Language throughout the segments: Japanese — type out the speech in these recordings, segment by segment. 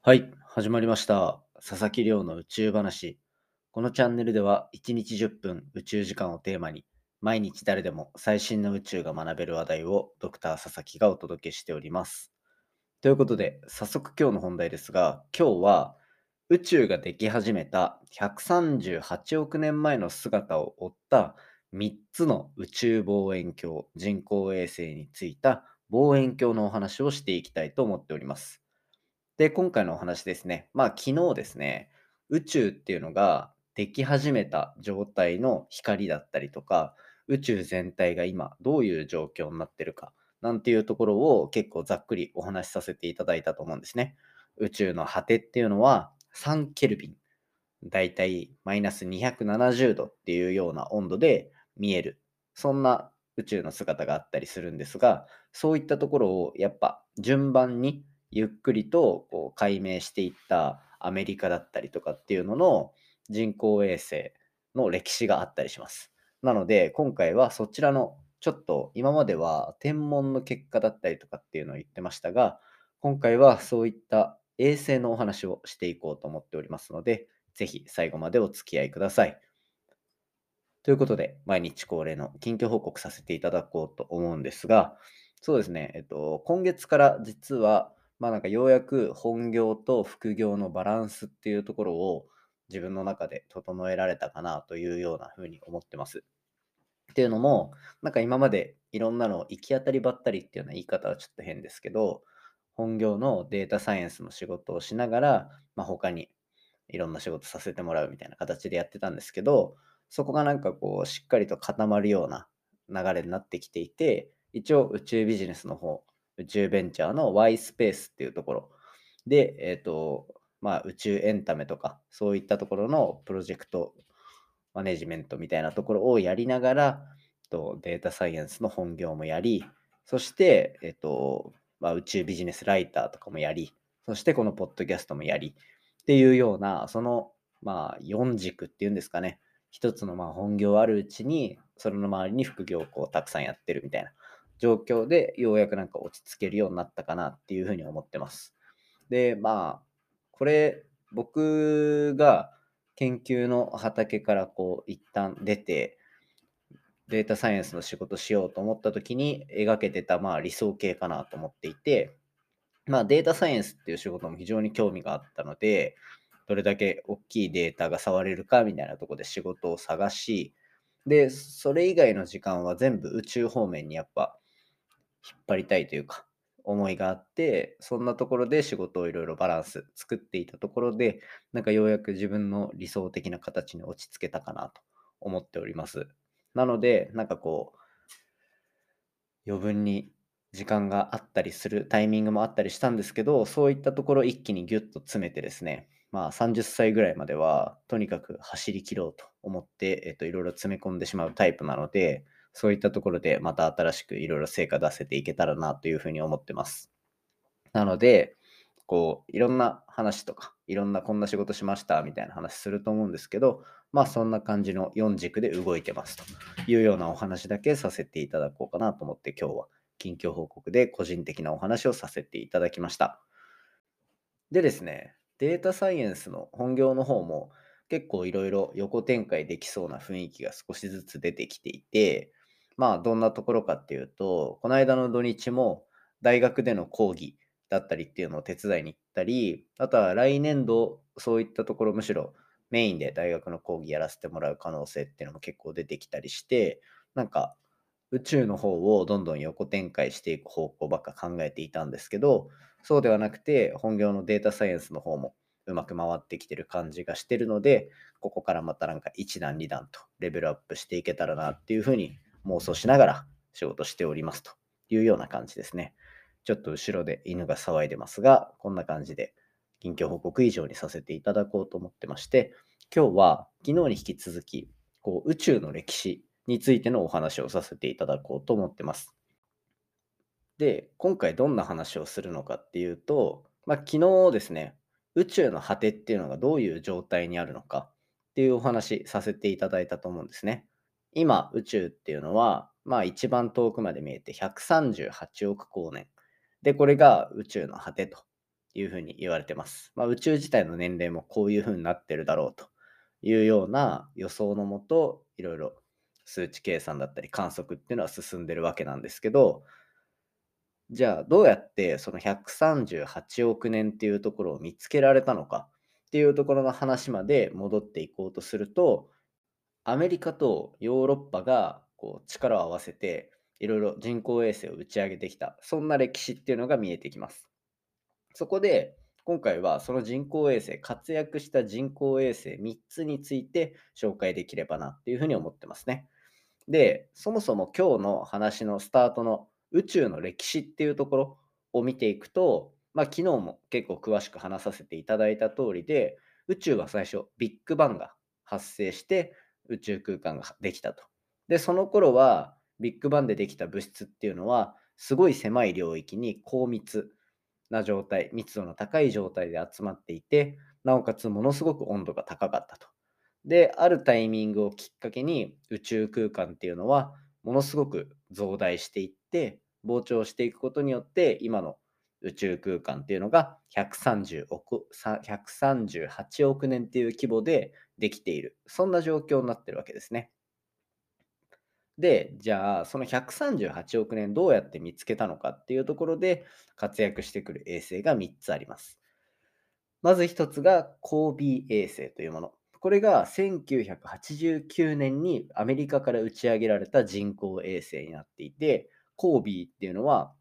はい、始まりました。佐々木亮の宇宙話。このチャンネルでは1日10分宇宙時間をテーマに毎日誰でも最新の宇宙が学べる話題をドクター佐々木がお届けしております。ということで、早速今日の本題ですが、今日は宇宙ができ始めた138億年前の姿を追った3つの宇宙望遠鏡、人工衛星についた望遠鏡のお話をしていきたいと思っております。で、今回のお話ですね。昨日ですね、宇宙っていうのができ始めた状態の光だったりとか、宇宙全体が今どういう状況になってるか、なんていうところを結構ざっくりお話しさせていただいたと思うんですね。宇宙の果てっていうのは3ケルビン、だいたいマイナス270度っていうような温度で見える。そんな宇宙の姿があったりするんですが、そういったところをやっぱ順番にゆっくりと解明していったアメリカだったりとかっていうのの人工衛星の歴史があったりします。なので、今回はそちらのちょっと今までは天文の結果だったりとかっていうのを言ってましたが、今回はそういった衛星のお話をしていこうと思っておりますので、ぜひ最後までお付き合いください。ということで、毎日恒例の近況報告させていただこうと思うんですが、そうですね、今月から実は、なんかようやく本業と副業のバランスっていうところを自分の中で整えられたかなというような風に思ってます。っていうのも、なんか今までいろんなのを行き当たりばったりっていうような言い方はちょっと変ですけど、本業のデータサイエンスの仕事をしながら、他にいろんな仕事させてもらうみたいな形でやってたんですけど、そこがなんかしっかりと固まるような流れになってきていて、一応宇宙ビジネスの方、宇宙ベンチャーの Y スペースっていうところで、宇宙エンタメとか、そういったところのプロジェクトマネジメントみたいなところをやりながら、データサイエンスの本業もやり、そして、宇宙ビジネスライターとかもやり、そしてこのポッドキャストもやり、っていうような、その、4軸っていうんですかね。一つの本業あるうちに、それの周りに副業をたくさんやってるみたいな状況で、ようやくなんか落ち着けるようになったかなっていうふうに思ってます。で、これ、僕が研究の畑から一旦出て、データサイエンスの仕事しようと思った時に描けてた理想形かなと思っていて、データサイエンスっていう仕事も非常に興味があったので、どれだけ大きいデータが触れるかみたいなところで仕事を探し、で、それ以外の時間は全部宇宙方面にやっぱ引っ張りたいというか、思いがあって、そんなところで仕事をいろいろバランス作っていたところで、なんかようやく自分の理想的な形に落ち着けたかなと思っております。なので、なんか余分に時間があったりするタイミングもあったりしたんですけど、そういったところ一気にギュッと詰めてですね、30歳ぐらいまでは、とにかく走り切ろうと思って、いろいろ詰め込んでしまうタイプなので、そういったところでまた新しくいろいろ成果出せていけたらなというふうに思ってます。なので、いろんな話とか、いろんなこんな仕事しましたみたいな話すると思うんですけど、そんな感じの4軸で動いてますというようなお話だけさせていただこうかなと思って今日は近況報告で個人的なお話をさせていただきました。でですね、データサイエンスの本業の方も結構いろいろ横展開できそうな雰囲気が少しずつ出てきていて、どんなところかっていうと、この間の土日も大学での講義だったりっていうのを手伝いに行ったり、あとは来年度そういったところむしろメインで大学の講義やらせてもらう可能性っていうのも結構出てきたりして、なんか宇宙の方をどんどん横展開していく方向ばっか考えていたんですけど、そうではなくて、本業のデータサイエンスの方もうまく回ってきてる感じがしてるので、ここからまたなんか一段二段とレベルアップしていけたらなっていうふうに妄想しながら仕事しておりますというような感じですね。ちょっと後ろで犬が騒いでますが、こんな感じで近況報告以上にさせていただこうと思ってまして、今日は昨日に引き続き、宇宙の歴史についてのお話をさせていただこうと思ってます。で、今回どんな話をするのかっていうと、昨日ですね、宇宙の果てっていうのがどういう状態にあるのかっていうお話させていただいたと思うんですね。今、宇宙っていうのは、一番遠くまで見えて138億光年。で、これが宇宙の果てというふうに言われてます。宇宙自体の年齢もこういうふうになってるだろうというような予想のもと、いろいろ数値計算だったり観測っていうのは進んでるわけなんですけど、じゃあどうやってその138億年っていうところを見つけられたのかっていうところの話まで戻っていこうとすると、アメリカとヨーロッパがこう力を合わせていろいろ人工衛星を打ち上げてきた、そんな歴史っていうのが見えてきます。そこで今回はその人工衛星、活躍した人工衛星3つについて紹介できればなっていうふうに思ってますね。で、そもそも今日の話のスタートの宇宙の歴史っていうところを見ていくと、昨日も結構詳しく話させていただいた通りで、宇宙は最初ビッグバンが発生して宇宙空間ができたと。で、その頃はビッグバンでできた物質っていうのはすごい狭い領域に高密な状態、密度の高い状態で集まっていて、なおかつものすごく温度が高かったと。で、あるタイミングをきっかけに宇宙空間っていうのはものすごく増大していって、膨張していくことによって今の宇宙空間っていうのが130億、138億年っていう規模でできている。そんな状況になってるわけですね。で、じゃあその138億年どうやって見つけたのかっていうところで活躍してくる衛星が3つあります。まず一つがコービー衛星というもの。これが1989年にアメリカから打ち上げられた人工衛星になっていて、コービーっていうのは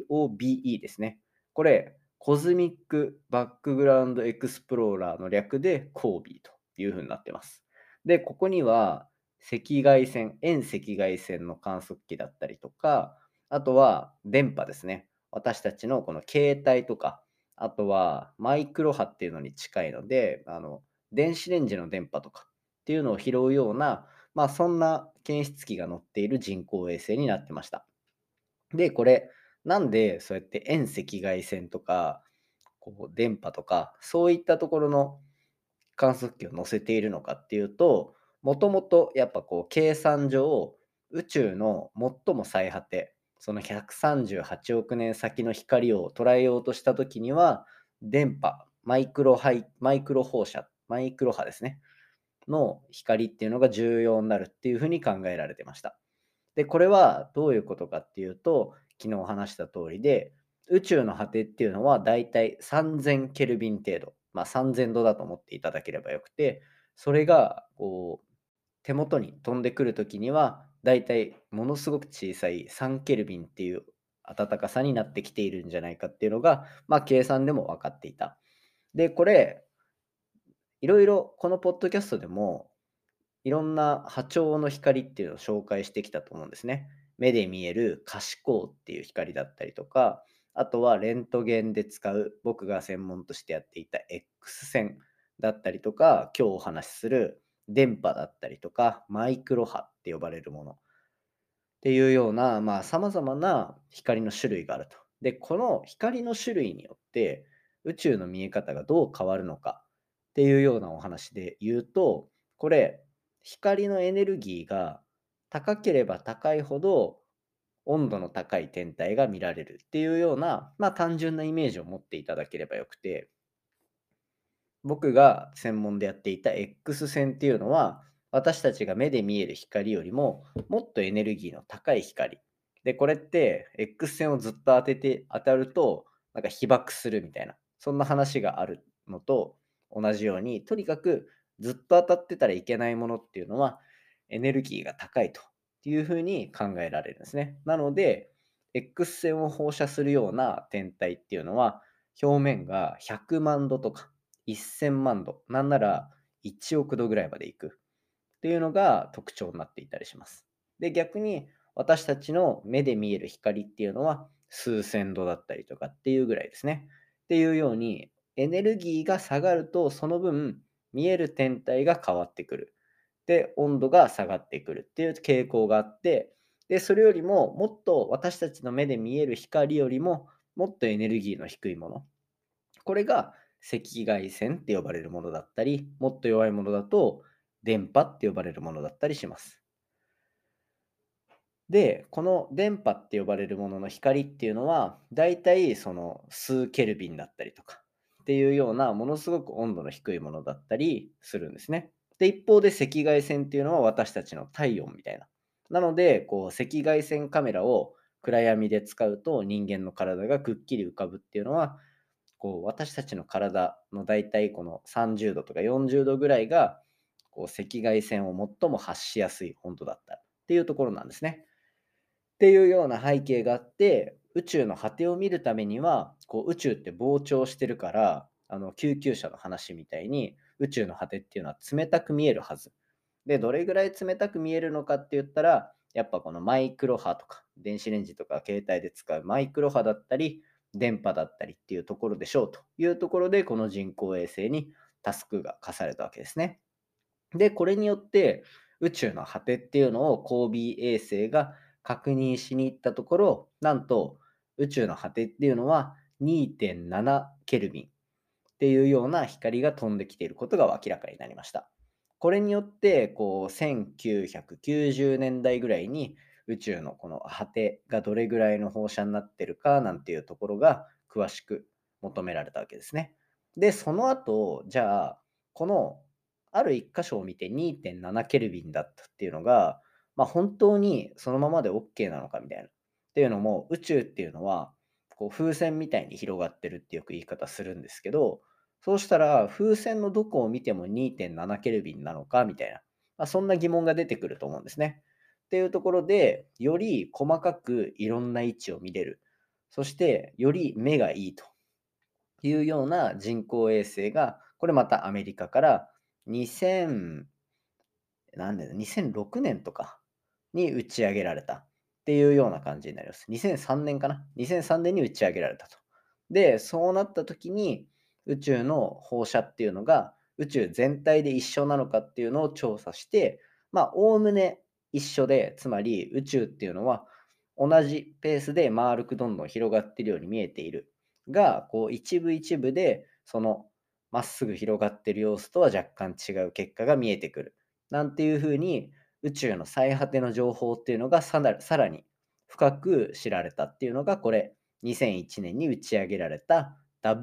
COBE ですね。これ、コズミックバックグラウンドエクスプローラーの略でコービーという風になってます。で、ここには赤外線、遠赤外線の観測器だったりとか、あとは電波ですね。私たちのこの携帯とか、あとはマイクロ波っていうのに近いので、電子レンジの電波とかっていうのを拾うような、そんな検出器が載っている人工衛星になってました。で、これ、なんでそうやって遠赤外線とか、こう電波とか、そういったところの観測器を載せているのかっていうと、もともとやっぱこう計算上、宇宙の最も最果て、その138億年先の光を捉えようとしたときには、電波、マイクロ放射、マイクロ波ですね、の光っていうのが重要になるっていうふうに考えられてました。で、これはどういうことかっていうと、昨日話した通りで、宇宙の果てっていうのはだいたい3000ケルビン程度、3000度だと思っていただければよくて、それがこう手元に飛んでくるときには、だいたいものすごく小さい3ケルビンっていう暖かさになってきているんじゃないかっていうのが、計算でも分かっていた。で、これ、いろいろこのポッドキャストでもいろんな波長の光っていうのを紹介してきたと思うんですね。目で見える可視光っていう光だったりとか、あとはレントゲンで使う僕が専門としてやっていた X 線だったりとか、今日お話しする電波だったりとか、マイクロ波って呼ばれるものっていうような、様々な光の種類があると。で、この光の種類によって宇宙の見え方がどう変わるのかっていうようなお話で言うと、これ、光のエネルギーが高ければ高いほど温度の高い天体が見られるっていうような、単純なイメージを持っていただければよくて、僕が専門でやっていた X 線っていうのは、私たちが目で見える光よりももっとエネルギーの高い光。で、これって X 線をずっと当たると、なんか被爆するみたいな、そんな話があるのと同じように、とにかくずっと当たってたらいけないものっていうのは、エネルギーが高いというふうに考えられるんですね。なので、X 線を放射するような天体っていうのは、表面が100万度とか1000万度、なんなら1億度ぐらいまでいくっていうのが特徴になっていたりします。で、逆に私たちの目で見える光っていうのは数千度だったりとかっていうぐらいですね。っていうようにエネルギーが下がるとその分見える天体が変わってくる。で、温度が下がってくるっていう傾向があって、で、それよりももっと私たちの目で見える光よりももっとエネルギーの低いもの、これが赤外線って呼ばれるものだったり、もっと弱いものだと電波って呼ばれるものだったりします。で、この電波って呼ばれるものの光っていうのは、だいたいその数ケルビンだったりとか、 っていうようなものすごく温度の低いものだったりするんですね。で、一方で赤外線っていうのは私たちの体温みたいな。なので、赤外線カメラを暗闇で使うと人間の体がくっきり浮かぶっていうのは、私たちの体のだいたいこの30度とか40度ぐらいが赤外線を最も発しやすい温度だったっていうところなんですね。っていうような背景があって、宇宙の果てを見るためには、宇宙って膨張してるから、救急車の話みたいに、宇宙の果てっていうのは冷たく見えるはず。で、どれぐらい冷たく見えるのかって言ったら、やっぱこのマイクロ波とか、電子レンジとか携帯で使うマイクロ波だったり、電波だったりっていうところでしょうというところで、この人工衛星にタスクが課されたわけですね。で、これによって宇宙の果てっていうのを交尾衛星が確認しに行ったところ、なんと宇宙の果てっていうのは2.7ケルビンっていうような光が飛んできていることが明らかになりました。これによって、1990年代ぐらいに宇宙のこの果てがどれぐらいの放射になってるかなんていうところが詳しく求められたわけですね。で、その後、じゃあ、このある一箇所を見て2.7ケルビンだったっていうのが、本当にそのままで OK なのかみたいな。っていうのも、宇宙っていうのは、風船みたいに広がってるってよく言い方するんですけど、そうしたら、風船のどこを見ても2.7ケルビンなのかみたいな、そんな疑問が出てくると思うんですね。っていうところで、より細かくいろんな位置を見れる。そして、より目がいいというような人工衛星が、これまたアメリカから2000、何年だ、2006年とかに打ち上げられたっていうような感じになります。2003年かな？ 2003 年に打ち上げられたと。で、そうなった時に宇宙の放射っていうのが宇宙全体で一緒なのかっていうのを調査して、おおむね一緒で、つまり宇宙っていうのは同じペースで丸くどんどん広がっているように見えている。が、一部一部でそのまっすぐ広がっている様子とは若干違う結果が見えてくる。なんていう風に、宇宙の最果ての情報っていうのがさらに深く知られたっていうのが、これ、2001年に打ち上げられた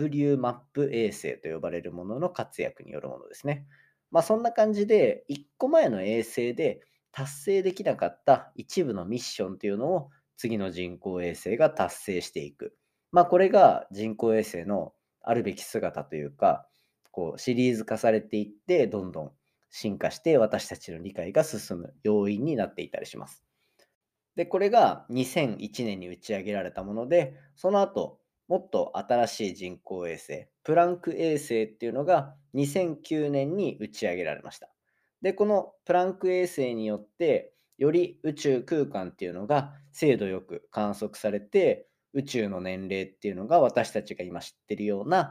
WMAP 衛星と呼ばれるものの活躍によるものですね。そんな感じで、1個前の衛星で達成できなかった一部のミッションっていうのを次の人工衛星が達成していく。これが人工衛星のあるべき姿というか、シリーズ化されていって、どんどん進化して私たちの理解が進む要因になっていたりします。で、これが2001年に打ち上げられたもので、その後、もっと新しい人工衛星、プランク衛星っていうのが2009年に打ち上げられました。で、このプランク衛星によって、より宇宙空間っていうのが精度よく観測されて、宇宙の年齢っていうのが私たちが今知ってるような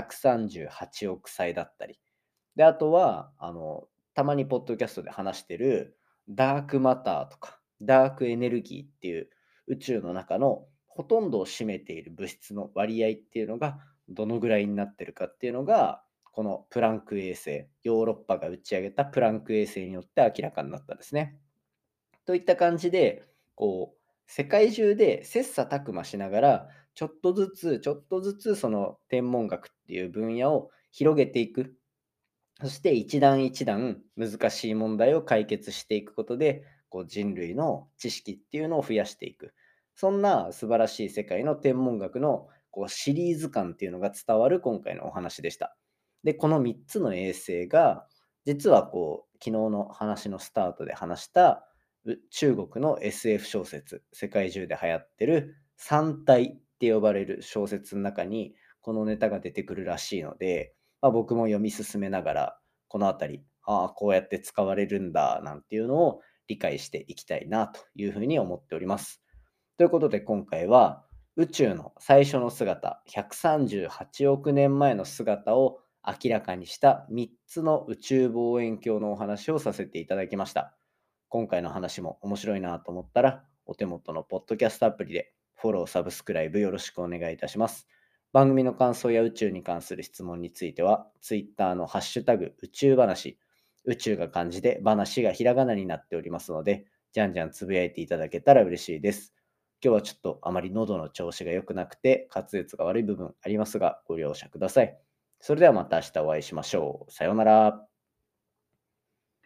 138億歳だったり、で、あとは、たまにポッドキャストで話してるダークマターとか、ダークエネルギーっていう宇宙の中のほとんどを占めている物質の割合っていうのがどのぐらいになってるかっていうのが、このプランク衛星、ヨーロッパが打ち上げたプランク衛星によって明らかになったんですね。といった感じで、世界中で切磋琢磨しながら、ちょっとずつ、ちょっとずつその天文学っていう分野を広げていく。そして一段一段難しい問題を解決していくことで、人類の知識っていうのを増やしていく。そんな素晴らしい世界の天文学のシリーズ感っていうのが伝わる今回のお話でした。で、この3つの衛星が、実は昨日の話のスタートで話した中国の SF 小説、世界中で流行ってる三体って呼ばれる小説の中にこのネタが出てくるらしいので、僕も読み進めながら、このあたり、ああ、こうやって使われるんだ、なんていうのを理解していきたいなというふうに思っております。ということで今回は、宇宙の最初の姿、138億年前の姿を明らかにした3つの宇宙望遠鏡のお話をさせていただきました。今回の話も面白いなと思ったら、お手元のポッドキャストアプリでフォロー、サブスクライブよろしくお願いいたします。番組の感想や宇宙に関する質問については、Twitter のハッシュタグ宇宙話、宇宙が漢字で話がひらがなになっておりますので、じゃんじゃんつぶやいていただけたら嬉しいです。今日はちょっとあまり喉の調子が良くなくて、滑舌が悪い部分ありますが、ご了承ください。 それではまた明日お会いしましょう。さようなら。